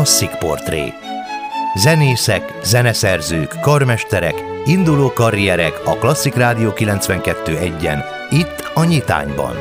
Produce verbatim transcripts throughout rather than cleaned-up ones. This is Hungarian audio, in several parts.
Klasszik Portré. Zenészek, zeneszerzők, karmesterek, induló karrierek a Klasszik Rádió kilencvenkettő egyen, itt a Nyitányban.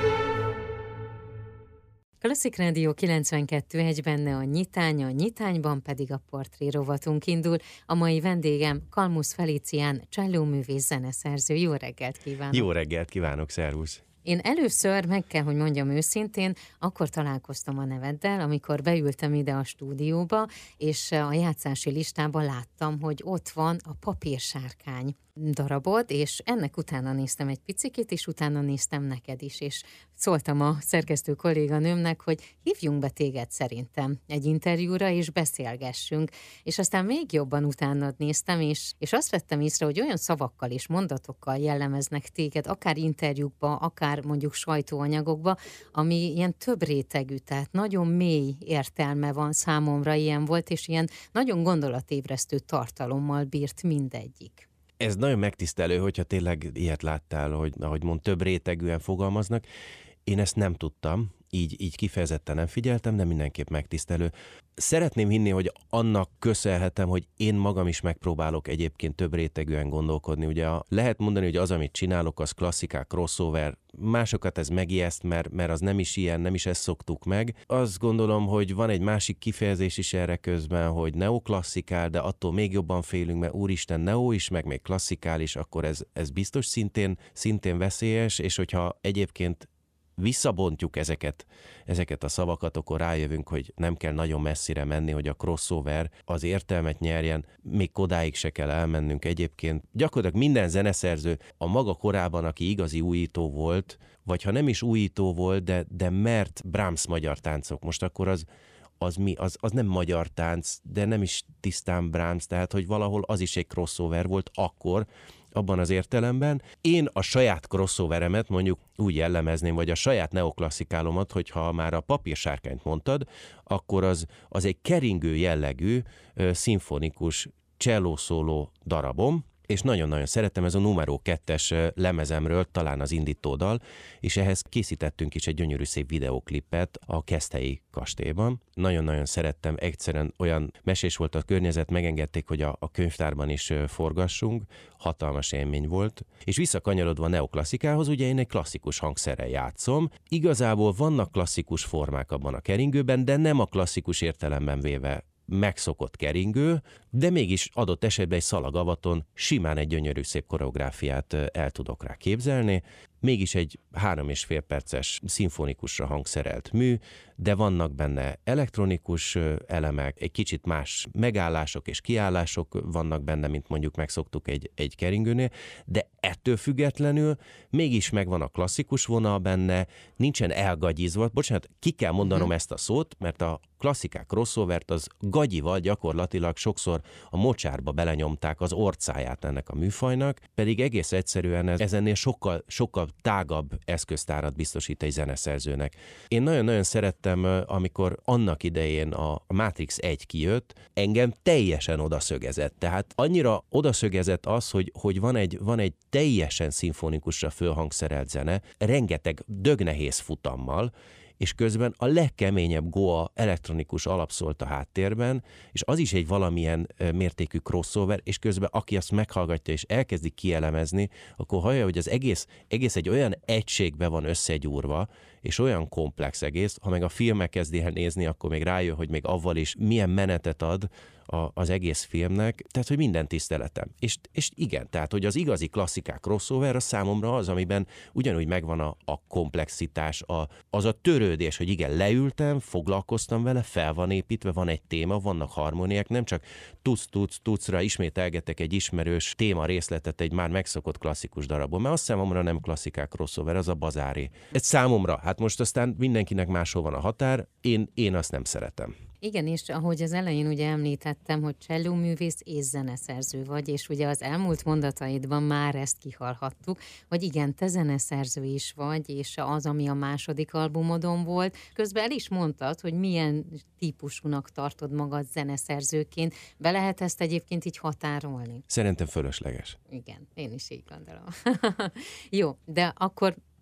Klasszik Rádió kilencvenkettő egy, benne a Nyitány, a Nyitányban pedig a portré rovatunk indul. A mai vendégem Kalmusz Felicián, csellóművész, zeneszerző. Jó reggelt kívánok! Jó reggelt kívánok, szervusz! Én először, meg kell, hogy mondjam őszintén, akkor találkoztam a neveddel, amikor beültem ide a stúdióba, és a játszási listában láttam, hogy ott van a Papírsárkány darabod, és ennek utána néztem egy picikét, és utána néztem neked is, és szóltam a szerkesztő kolléganőmnek, hogy hívjunk be téged szerintem egy interjúra, és beszélgessünk. És aztán még jobban utánad néztem, és, és azt vettem észre, hogy olyan szavakkal és mondatokkal jellemeznek téged, akár interjúkba, akár mondjuk sajtóanyagokba, ami ilyen több rétegű, tehát nagyon mély értelme van számomra, ilyen volt, és ilyen nagyon gondolatébresztő tartalommal bírt mindegyik. Ez nagyon megtisztelő, hogyha tényleg ilyet láttál, hogy ahogy mond, több rétegűen fogalmaznak. Én ezt nem tudtam, így, így kifejezetten nem figyeltem, de mindenképp megtisztelő. Szeretném hinni, hogy annak köszönhetem, hogy én magam is megpróbálok egyébként több rétegűen gondolkodni. Ugye a, lehet mondani, hogy az, amit csinálok, az klasszikák, crossover, másokat ez megijeszt, mert, mert az nem is ilyen, nem is ezt szoktuk meg. Azt gondolom, hogy van egy másik kifejezés is erre közben, hogy neoklasszikál, de attól még jobban félünk, mert úristen, neo is, meg még klasszikál is, akkor ez, ez biztos szintén, szintén veszélyes, és hogyha egyébként visszabontjuk ezeket, ezeket a szavakat, akkor rájövünk, hogy nem kell nagyon messzire menni, hogy a crossover az értelmet nyerjen, még odáig se kell elmennünk egyébként. Gyakorlatilag minden zeneszerző a maga korában, aki igazi újító volt, vagy ha nem is újító volt, de, de mert Brahms magyar táncok. Most akkor az, az mi? Az, az nem magyar tánc, de nem is tisztán Brahms, tehát hogy valahol az is egy crossover volt akkor, abban az értelemben. Én a saját crossoveremet mondjuk úgy jellemezném, vagy a saját neoklasszikálomat, hogyha már a Papírsárkányt mondtad, akkor az, az egy keringő jellegű, szimfonikus csellószóló darabom, és nagyon-nagyon szeretem, ez a numero kettes lemezemről, talán az indítódal, és ehhez készítettünk is egy gyönyörű szép videóklipet a Keszthelyi kastélyban. Nagyon-nagyon szerettem, egyszerűen olyan mesés volt a környezet, megengedték, hogy a, a könyvtárban is forgassunk, hatalmas élmény volt. És visszakanyarodva a neoklasszikához, ugye én egy klasszikus hangszerrel játszom. Igazából vannak klasszikus formák abban a keringőben, de nem a klasszikus értelemben véve megszokott keringő, de mégis adott esetben egy szalagavaton simán egy gyönyörű szép koreográfiát el tudok rá képzelni. Mégis egy három és fél perces szimfonikusra hangszerelt mű, de vannak benne elektronikus elemek, egy kicsit más megállások és kiállások vannak benne, mint mondjuk megszoktuk egy, egy keringőnél, de ettől függetlenül mégis megvan a klasszikus vonal benne, nincsen elgagyizva. Bocsánat, ki kell mondanom uh-huh. ezt a szót, mert a klasszikák crossovert az gagyival gyakorlatilag sokszor a mocsárba belenyomták az orcáját ennek a műfajnak, pedig egész egyszerűen ez, ez ennél sokkal, sokkal tágabb eszköztárat biztosít egy zeneszerzőnek. Én nagyon-nagyon szerettem, amikor annak idején a Matrix egy kijött, engem teljesen odaszögezett. Tehát annyira odaszögezett az, hogy, hogy van, egy, van egy teljesen szimfonikusra fölhangszerelt zene, rengeteg dögnehéz futammal, és közben a legkeményebb Goa elektronikus alap szólt a háttérben, és az is egy valamilyen mértékű crossover, és közben aki azt meghallgatja és elkezdi kielemezni, akkor hallja, hogy az egész, egész egy olyan egységbe van összegyúrva, és olyan komplex egész, ha meg a filmek kezdi el nézni, akkor még rájön, hogy még avval is milyen menetet ad a, az egész filmnek, tehát, hogy minden tiszteletem. És, és igen, tehát, hogy az igazi klasszikák crossover a számomra az, amiben ugyanúgy megvan a, a komplexitás, a, az a törődés, hogy igen, leültem, foglalkoztam vele, fel van építve, van egy téma, vannak harmóniák, nem csak tudsz, tudsz, tudszra ismételgetek egy ismerős téma részletet egy már megszokott klasszikus darabon, mert az számomra nem klasszikák crossover, az a bazári. Ez számomra, hát most aztán mindenkinek máshol van a határ, én, én azt nem szeretem. Igen, és ahogy az elején ugye említettem, hogy csellóművész és zeneszerző vagy, és ugye az elmúlt mondataidban már ezt kihallhattuk, hogy igen, te zeneszerző is vagy, és az, ami a második albumodon volt. Közben el is mondtad, hogy milyen típusúnak tartod magad zeneszerzőként. Be lehet ezt egyébként így határolni? Szerintem fölösleges. Igen, én is így gondolom. Jó, de akkor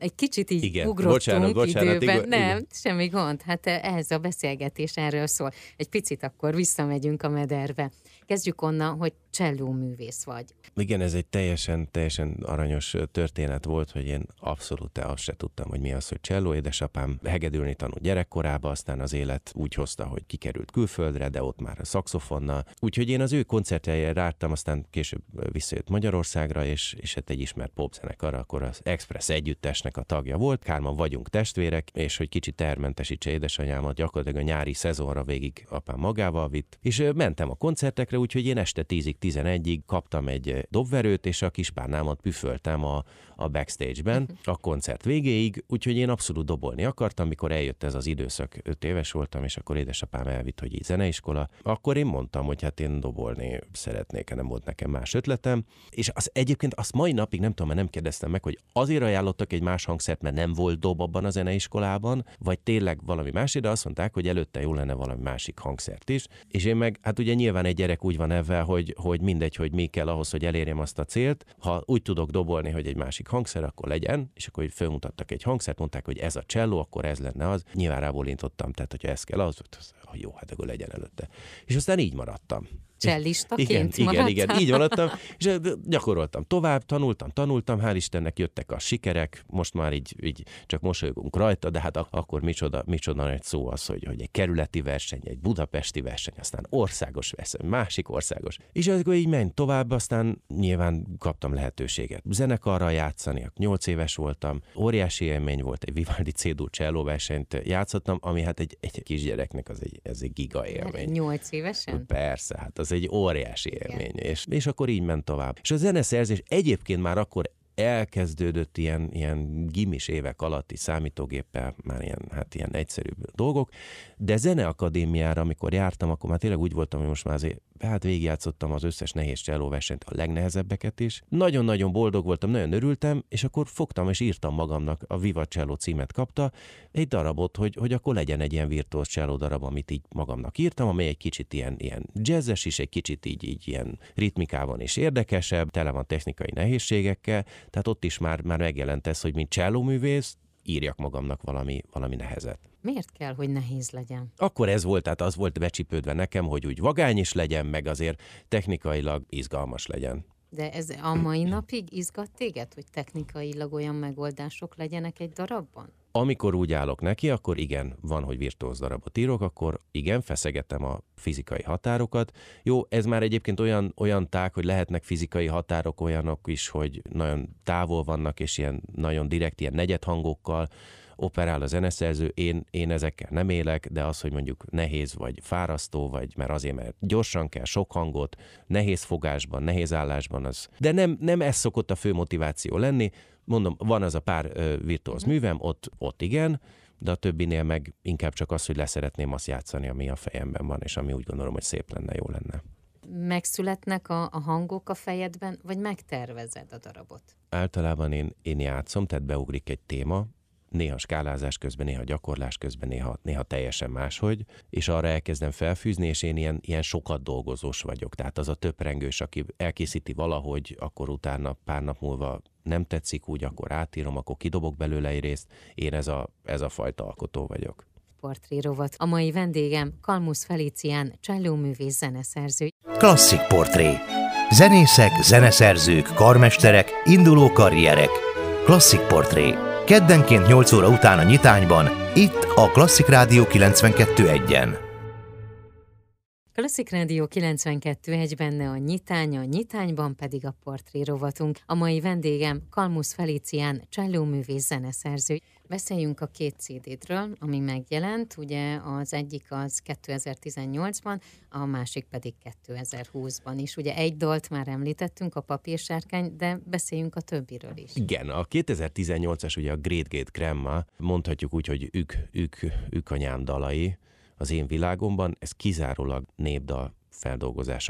Egy kicsit így Igen. ugrottunk Bocsánat, bocsánat, időben. igaz, Nem, igen. semmi gond. Hát ehhez a beszélgetés erről szól. Egy picit akkor visszamegyünk a mederbe. Kezdjük onnan, hogy csellóművész vagy. Igen, ez egy teljesen, teljesen aranyos történet volt, hogy én abszolút azt se tudtam, hogy mi az, hogy cselló. Édesapám hegedülni tanult gyerekkorában, aztán az élet úgy hozta, hogy kikerült külföldre, de ott már a szaxofonnal. Úgyhogy én az ő koncertjeire jártam, aztán később visszajött Magyarországra, és, és hát egy ismert popzenekar, akkor az Express együttesnek a tagja volt. Hárman vagyunk testvérek, és hogy kicsit termentesítse édesanyámat, gyakorlatilag a nyári szezonra végig apám magával vitt. És mentem a koncertekre, úgyhogy én este tízig, tizenegyig kaptam egy dobverőt, és a kispárnámat püföltem a, a backstage-ben a koncert végéig, úgyhogy én abszolút dobolni akartam, mikor eljött ez az időszak, öt éves voltam, és akkor édesapám elvitt, hogy így zeneiskola, akkor én mondtam, hogy hát én dobolni szeretnék, nem volt nekem más ötletem, és az egyébként azt mai napig nem tudom, mert nem kérdeztem meg, hogy azért ajánlottak egy más hangszert, mert nem volt dob abban a zeneiskolában, vagy tényleg valami más, de azt mondták, hogy előtte jó lenne valami másik hangszert is, és én meg, hát ugye nyilván egy gyerek úgy van ebben, hogy, hogy mindegy, hogy mi kell ahhoz, hogy elérjem azt a célt, ha úgy tudok dobolni, hogy egy másik hangszer, akkor legyen, és akkor hogy felmutattak egy hangszert, mondták, hogy ez a cselló, akkor ez lenne az, nyilván rábólintottam, tehát hogyha ez kell, az, az jó, hát akkor legyen előtte. És aztán így maradtam. Csellistaként igen, maradtál? igen, igen, így maradtam, és gyakoroltam tovább, tanultam, tanultam, hál' Istennek jöttek a sikerek, most már így, így csak mosolygunk rajta, de hát akkor micsoda, micsoda egy szó az, hogy, hogy egy kerületi verseny, egy budapesti verseny, aztán országos verseny, másik országos. És akkor így ment tovább, aztán nyilván kaptam lehetőséget zenekarral játszani, nyolc éves voltam, óriási élmény volt, egy Vivaldi C-dur cselló versenyt játszottam, ami hát egy, egy kisgyereknek az egy, ez egy giga élmény. Nyolc évesen? Persze, hát az egy óriási élmény, és, és akkor így ment tovább. És a zeneszerzés egyébként már akkor elkezdődött ilyen, ilyen gimis évek alatti számítógéppel, már ilyen, hát ilyen egyszerűbb dolgok, de zeneakadémiára, amikor jártam, akkor már tényleg úgy voltam, hogy most már azért, hát végigjátszottam az összes nehéz csellóversenyt, a legnehezebbeket is. Nagyon-nagyon boldog voltam, nagyon örültem, és akkor fogtam és írtam magamnak, a Viva Cello címet kapta, egy darabot, hogy, hogy akkor legyen egy ilyen virtuóz cselló darab, amit így magamnak írtam, amely egy kicsit ilyen, ilyen jazzes is, egy kicsit így, így ilyen ritmikában is érdekesebb, tele van technikai nehézségekkel, tehát ott is már, már megjelent ez, hogy mint csellóművész, írjak magamnak valami, valami nehezet. Miért kell, hogy nehéz legyen? Akkor ez volt, tehát az volt becsipődve nekem, hogy úgy vagány is legyen, meg azért technikailag izgalmas legyen. De ez a mai napig izgat téged, hogy technikailag olyan megoldások legyenek egy darabban? Amikor úgy állok neki, akkor igen, van, hogy virtuóz darabot írok, akkor igen, feszegetem a fizikai határokat. Jó, ez már egyébként olyan, olyan tág, hogy lehetnek fizikai határok olyanok is, hogy nagyon távol vannak, és ilyen nagyon direkt, ilyen negyedhangokkal operál a zeneszerző, én, én ezekkel nem élek, de az, hogy mondjuk nehéz vagy fárasztó, vagy mert azért, mert gyorsan kell sok hangot, nehéz fogásban, nehéz állásban, az. De nem, nem ez szokott a fő motiváció lenni. Mondom, van az a pár uh, virtuóz művem, ott, ott igen, de a többinél meg inkább csak az, hogy leszeretném azt játszani, ami a fejemben van, és ami úgy gondolom, hogy szép lenne, jó lenne. Megszületnek a, a hangok a fejedben, vagy megtervezed a darabot? Általában én, én játszom, tehát beugrik egy téma, néha skálázás közben, néha gyakorlás közben, néha, néha teljesen máshogy, és arra elkezdem felfűzni, és én ilyen, ilyen sokat dolgozós vagyok. Tehát az a töprengős, aki elkészíti valahogy, akkor utána pár nap múlva nem tetszik úgy, akkor átírom, akkor kidobok belőle egy részt. Én ez a, ez a fajta alkotó vagyok. Portrérovat. A mai vendégem Kalmusz Felicián, csellóművész, zeneszerző. Klasszik portré. Zenészek, zeneszerzők, karmesterek, induló karrierek. Klasszik portré. Keddenként nyolc óra után a Nyitányban, itt a Klasszik Rádió kilencvenkettő egyen. Klasszik Rádió kilencvenkettő egy, benne a Nyitány, a Nyitányban pedig a portré rovatunk. A mai vendégem Kalmusz Felicián, csellóművész, zeneszerző. Beszéljünk a két cé dé-ről, ami megjelent, ugye az egyik az kétezer-tizennyolcban, a másik pedig kétezer-húszban is. Ugye egy dalt már említettünk, a Papírsárkány, de beszéljünk a többiről is. Igen, a kétezer-tizennyolcas ugye a Great Gate Grandma, mondhatjuk úgy, hogy ők, ők, ők anyám dalai az én világomban, ez kizárólag népdal feldolgozásokat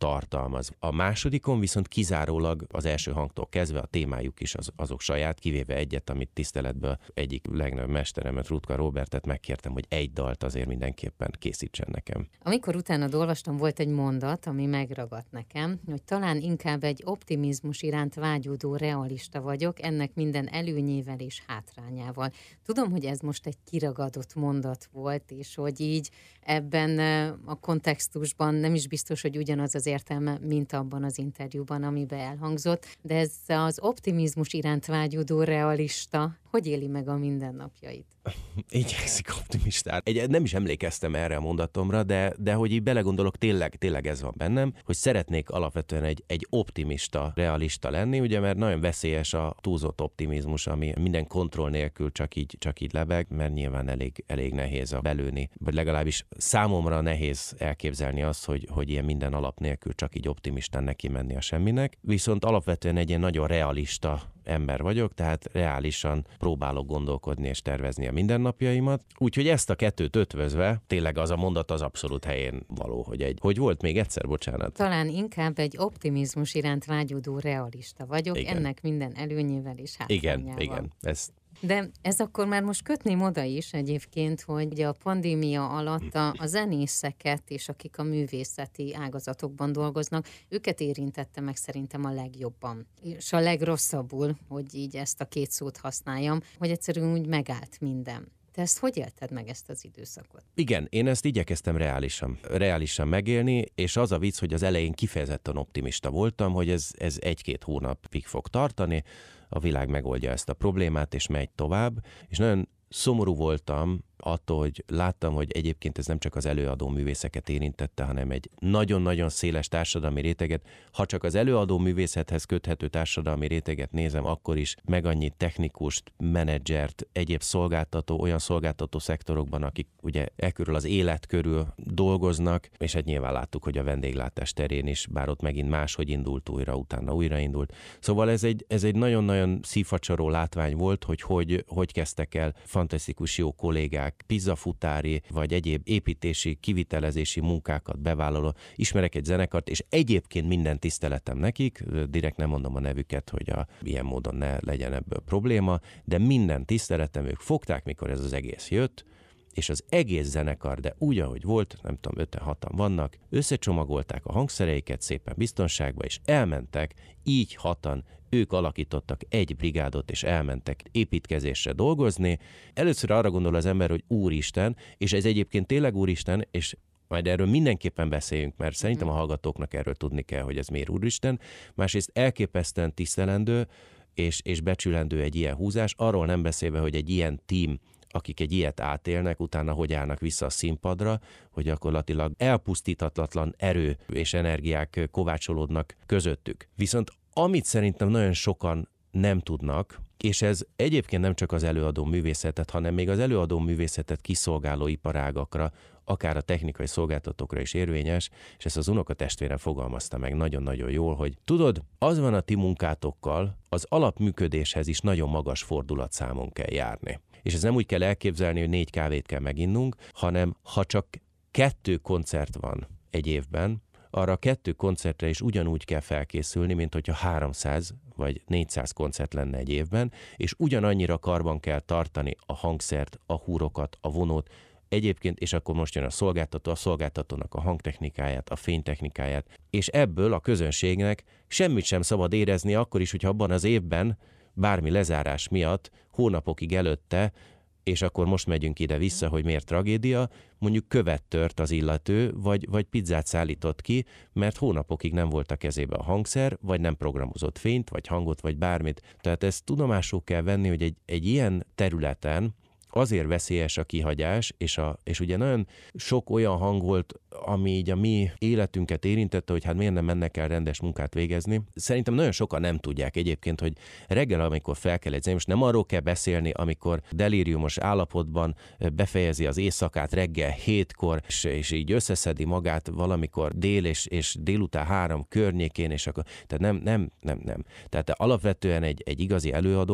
tartalmaz. A másodikon viszont kizárólag az első hangtól kezdve a témájuk is az, azok saját, kivéve egyet, amit tiszteletből egyik legnagyobb mesteremet, Rutka Robertet megkértem, hogy egy dalt azért mindenképpen készítsen nekem. Amikor utána olvastam, volt egy mondat, ami megragadt nekem, hogy talán inkább egy optimizmus iránt vágyódó realista vagyok, ennek minden előnyével és hátrányával. Tudom, hogy ez most egy kiragadott mondat volt, és hogy így ebben a kontextusban nem is biztos, hogy ugyanaz az értelme, mint abban az interjúban, amiben elhangzott, de ez az optimizmus iránt vágyódó realista, hogy éli meg a mindennapjait? Igyekszik optimistán. Egy, nem is emlékeztem erre a mondatomra, de, de hogy így belegondolok, tényleg, tényleg ez van bennem, hogy szeretnék alapvetően egy, egy optimista, realista lenni, ugye, mert nagyon veszélyes a túlzott optimizmus, ami minden kontroll nélkül csak így, csak így lebeg, mert nyilván elég, elég nehéz a belőni, vagy legalábbis számomra nehéz elképzelni azt, hogy, hogy ilyen minden alap nélkül csak így optimistán neki menni a semminek. Viszont alapvetően egy ilyen nagyon realista ember vagyok, tehát reálisan próbálok gondolkodni és tervezni a mindennapjaimat. Úgyhogy ezt a kettőt ötvözve, tényleg az a mondat az abszolút helyén való, hogy egy... Hogy volt még egyszer, bocsánat? Talán inkább egy optimizmus iránt vágyódó realista vagyok, igen. Ennek minden előnyével és hátrányával. Igen, igen. Ez... De ez akkor már most kötném oda is egyébként, hogy ugye a pandémia alatt a, a zenészeket és akik a művészeti ágazatokban dolgoznak, őket érintette meg szerintem a legjobban. És a legrosszabbul, hogy így ezt a két szót használjam, hogy egyszerűen úgy megállt minden. Te ezt hogy élted meg, ezt az időszakot? Igen, én ezt igyekeztem reálisan, reálisan megélni, és az a vicc, hogy az elején kifejezetten optimista voltam, hogy ez, ez egy-két hónapig fog tartani, a világ megoldja ezt a problémát, és megy tovább, és nagyon szomorú voltam attól, hogy láttam, hogy egyébként ez nem csak az előadó művészeket érintette, hanem egy nagyon-nagyon széles társadalmi réteget. Ha csak az előadó művészethez köthető társadalmi réteget nézem, akkor is meg annyi technikust, menedzsert, egyéb szolgáltató, olyan szolgáltató szektorokban, akik ugye e körül az élet körül dolgoznak, és hát nyilván láttuk, hogy a vendéglátás terén is, bár ott megint máshogy indult újra, utána újraindult. Szóval ez egy, ez egy nagyon-nagyon szívfacsaró látvány volt, hogy hogy, hogy kezdtek el fantasztikus jó kollégák, pizzafutári, vagy egyéb építési, kivitelezési munkákat bevállaló. Ismerek egy zenekart, és egyébként minden tiszteletem nekik, direkt nem mondom a nevüket, hogy a, ilyen módon ne legyen ebből probléma, de minden tiszteletem, ők fogták, mikor ez az egész jött, és az egész zenekar, de úgy, ahogy volt, nem tudom, öten-hatan vannak, összecsomagolták a hangszereiket szépen biztonságba, és elmentek, így hatan, ők alakítottak egy brigádot, és elmentek építkezésre dolgozni. Először arra gondol az ember, hogy Úristen, és ez egyébként tényleg Úristen, és majd erről mindenképpen beszéljünk, mert szerintem a hallgatóknak erről tudni kell, hogy ez miért Úristen. Másrészt elképesztően tisztelendő, és, és becsülendő egy ilyen húzás, arról nem beszélve, hogy egy ilyen tím, akik egy ilyet átélnek, utána hogy állnak vissza a színpadra, hogy gyakorlatilag elpusztíthatatlan erő és energiák kovácsolódnak közöttük. Viszont amit szerintem nagyon sokan nem tudnak, és ez egyébként nem csak az előadó művészetet, hanem még az előadó művészetet kiszolgáló iparágakra, akár a technikai szolgáltatókra is érvényes, és ezt az unokatestvérem fogalmazta meg nagyon-nagyon jól, hogy tudod, az van a ti munkátokkal, az alapműködéshez is nagyon magas fordulatszámon kell járni. És ez nem úgy kell elképzelni, hogy négy kávét kell meginnunk, hanem ha csak kettő koncert van egy évben, arra a kettő koncertre is ugyanúgy kell felkészülni, mint hogyha háromszáz vagy négyszáz koncert lenne egy évben, és ugyanannyira karban kell tartani a hangszert, a húrokat, a vonót, egyébként, és akkor most jön a szolgáltató, a szolgáltatónak a hangtechnikáját, a fénytechnikáját, és ebből a közönségnek semmit sem szabad érezni, akkor is, hogyha abban az évben bármi lezárás miatt hónapokig előtte, és akkor most megyünk ide-vissza, hogy miért tragédia, mondjuk követ tört az illető, vagy, vagy pizzát szállított ki, mert hónapokig nem volt a kezébe a hangszer, vagy nem programozott fényt, vagy hangot, vagy bármit. Tehát ezt tudomásul kell venni, hogy egy, egy ilyen területen azért veszélyes a kihagyás, és, a, és ugye nagyon sok olyan hang volt, ami így a mi életünket érintette, hogy hát miért nem mennek el rendes munkát végezni. Szerintem nagyon sokan nem tudják egyébként, hogy reggel, amikor fel kell edzeni, most nem arról kell beszélni, amikor delíriumos állapotban befejezi az éjszakát reggel hétkor, és, és így összeszedi magát valamikor dél és, és délután három környékén, és akkor, tehát nem, nem, nem, nem. Tehát alapvetően egy, egy igazi előadó,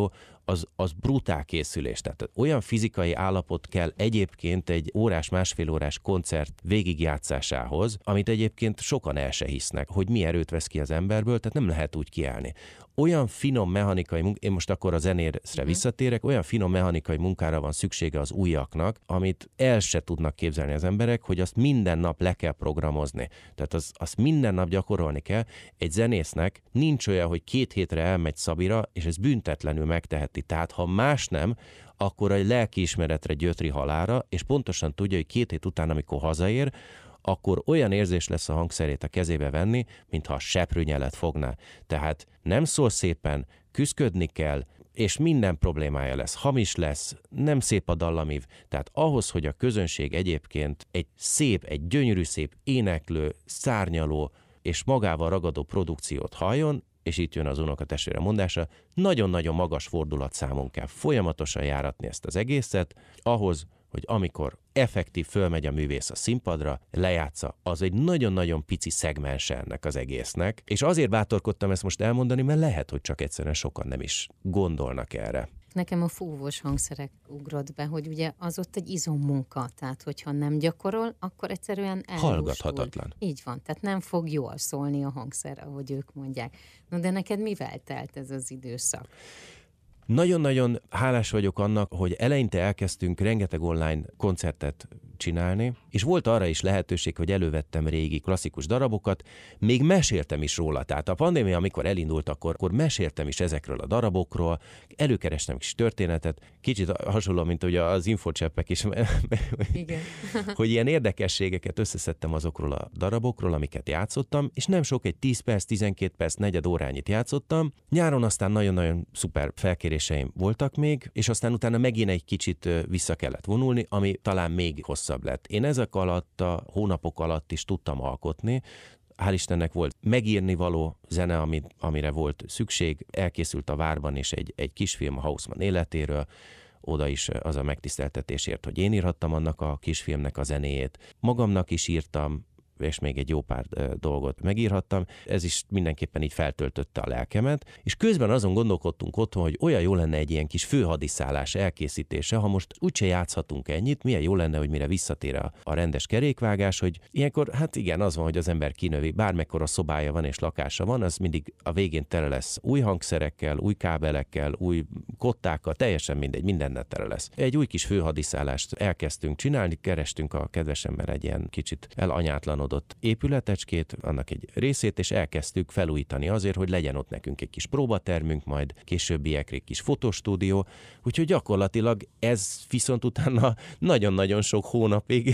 az, az brutál készülés. Tehát olyan fizikai állapot kell egyébként egy órás, másfél órás koncert végigjátszásához, amit egyébként sokan el se hisznek, hogy mi erőt vesz ki az emberből, tehát nem lehet úgy kiállni. Olyan finom mechanikai munkára, én most akkor a zenére uh-huh. visszatérek, olyan finom mechanikai munkára van szüksége az ujjaknak, amit el se tudnak képzelni az emberek, hogy azt minden nap le kell programozni. Tehát az, azt minden nap gyakorolni kell. Egy zenésznek nincs olyan, hogy két hétre elmegy Szabira, és ez büntetlenül megteheti. Tehát ha más nem, akkor egy lelkiismeretre gyötri halálra, és pontosan tudja, hogy két hét után, amikor hazaér, akkor olyan érzés lesz a hangszerét a kezébe venni, mintha a seprőnyelet fogná. Tehát nem szól szépen, küszködni kell, és minden problémája lesz. Hamis lesz, nem szép a dallamív. Tehát ahhoz, hogy a közönség egyébként egy szép, egy gyönyörű szép éneklő, szárnyaló és magával ragadó produkciót halljon, és itt jön az unokatestvére mondása, nagyon-nagyon magas fordulatszámon kell folyamatosan járatni ezt az egészet, ahhoz, hogy amikor effektív fölmegy a művész a színpadra, lejátsza, az egy nagyon-nagyon pici szegmens ennek az egésznek, és azért bátorkodtam ezt most elmondani, mert lehet, hogy csak egyszerűen sokan nem is gondolnak erre. Nekem a fúvós hangszerek ugrott be, hogy ugye az ott egy izommunka, tehát hogyha nem gyakorol, akkor egyszerűen ellustul. Hallgathatatlan. Így van, tehát nem fog jól szólni a hangszer, ahogy ők mondják. No, de neked mivel telt ez az időszak? Nagyon-nagyon hálás vagyok annak, hogy eleinte elkezdtünk rengeteg online koncertet csinálni, és volt arra is lehetőség, hogy elővettem régi klasszikus darabokat, még meséltem is róla. Tehát a pandémia, amikor elindult, akkor, akkor meséltem is ezekről a darabokról, előkerestem kis történetet, kicsit hasonló, mint ugye az infocseppek is, Igen. hogy ilyen érdekességeket összeszedtem azokról a darabokról, amiket játszottam, és nem sok, egy tíz perc, tizenkét perc, negyed órányit játszottam. Nyáron aztán nagyon-nagyon szuper felkéréseim voltak még, és aztán utána megint egy kicsit vissza kellett vonulni, ami talán még hosszabb lett. Én ezek alatt a hónapok alatt is tudtam alkotni, hál' Istennek volt megírni való zene, ami, amire volt szükség, elkészült a Várban is egy, egy kisfilm a Haussmann életéről, oda is az a megtiszteltetésért, hogy én írhattam annak a kisfilmnek a zenéjét. Magamnak is írtam, és még egy jó pár dolgot megírhattam. Ez is mindenképpen így feltöltötte a lelkemet, és közben azon gondolkodtunk otthon, hogy olyan jó lenne egy ilyen kis főhadiszállás elkészítése, ha most úgyse játszhatunk ennyit, milyen jó lenne, hogy mire visszatér a, a rendes kerékvágás, hogy ilyenkor, hát igen, az van, hogy az ember kinövi, bármekkora szobája van és lakása van, az mindig a végén tele lesz új hangszerekkel, új kábelekkel, új kottákkal, teljesen mindegy, mindennel tele lesz. Egy új kis főhadiszállást elkezdtünk csinálni, kerestünk a kedvesemmel egy ilyen kicsit elanyátlanodott épületecskét, annak egy részét, és elkezdtük felújítani azért, hogy legyen ott nekünk egy kis próbatermünk, majd későbbiekre egy kis fotostúdió, úgyhogy gyakorlatilag ez viszont utána nagyon-nagyon sok hónapig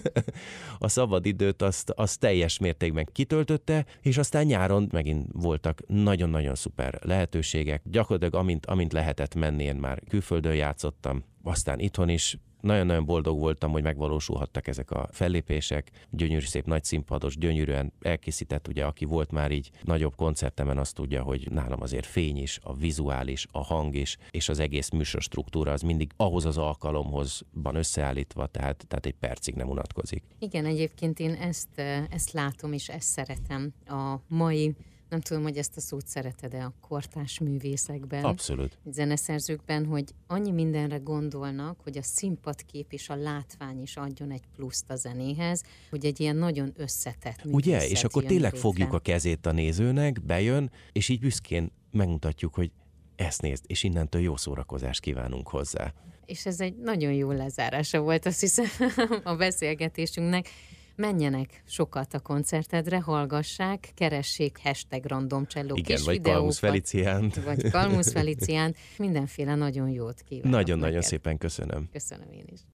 a szabadidőt azt, azt teljes mértékben kitöltötte, és aztán nyáron megint voltak nagyon-nagyon szuper lehetőségek. Gyakorlatilag amint, amint lehetett menni, én már külföldön játszottam, aztán itthon is. Nagyon-nagyon boldog voltam, hogy megvalósulhattak ezek a fellépések. Gyönyörű szép nagy színpados, gyönyörűen elkészített, ugye aki volt már így nagyobb koncertemen, azt tudja, hogy nálam azért fény is, a vizuális, a hang is, és az egész műsor struktúra az mindig ahhoz az alkalomhoz van összeállítva, tehát, tehát egy percig nem unatkozik. Igen, egyébként én ezt, ezt látom, és ezt szeretem a mai, nem tudom, hogy ezt a szót szereted-e a kortárs művészekben. Abszolút. Zeneszerzőkben, hogy annyi mindenre gondolnak, hogy a színpadkép és a látvány is adjon egy pluszt a zenéhez, hogy egy ilyen nagyon összetett művészet. Ugye? És akkor tényleg létre. fogjuk a kezét a nézőnek, bejön, és így büszkén megmutatjuk, hogy ezt nézd, és innentől jó szórakozást kívánunk hozzá. És ez egy nagyon jó lezárása volt, azt hiszem, a beszélgetésünknek. Menjenek sokat a koncertedre, hallgassák, keressék hashtag randomcselló Igen, kis vagy videókat. Kalmusz Feliciánt. Vagy Kalmusz Feliciánt. Mindenféle nagyon jót kívánok. Nagyon-nagyon neked. szépen köszönöm. Köszönöm én is.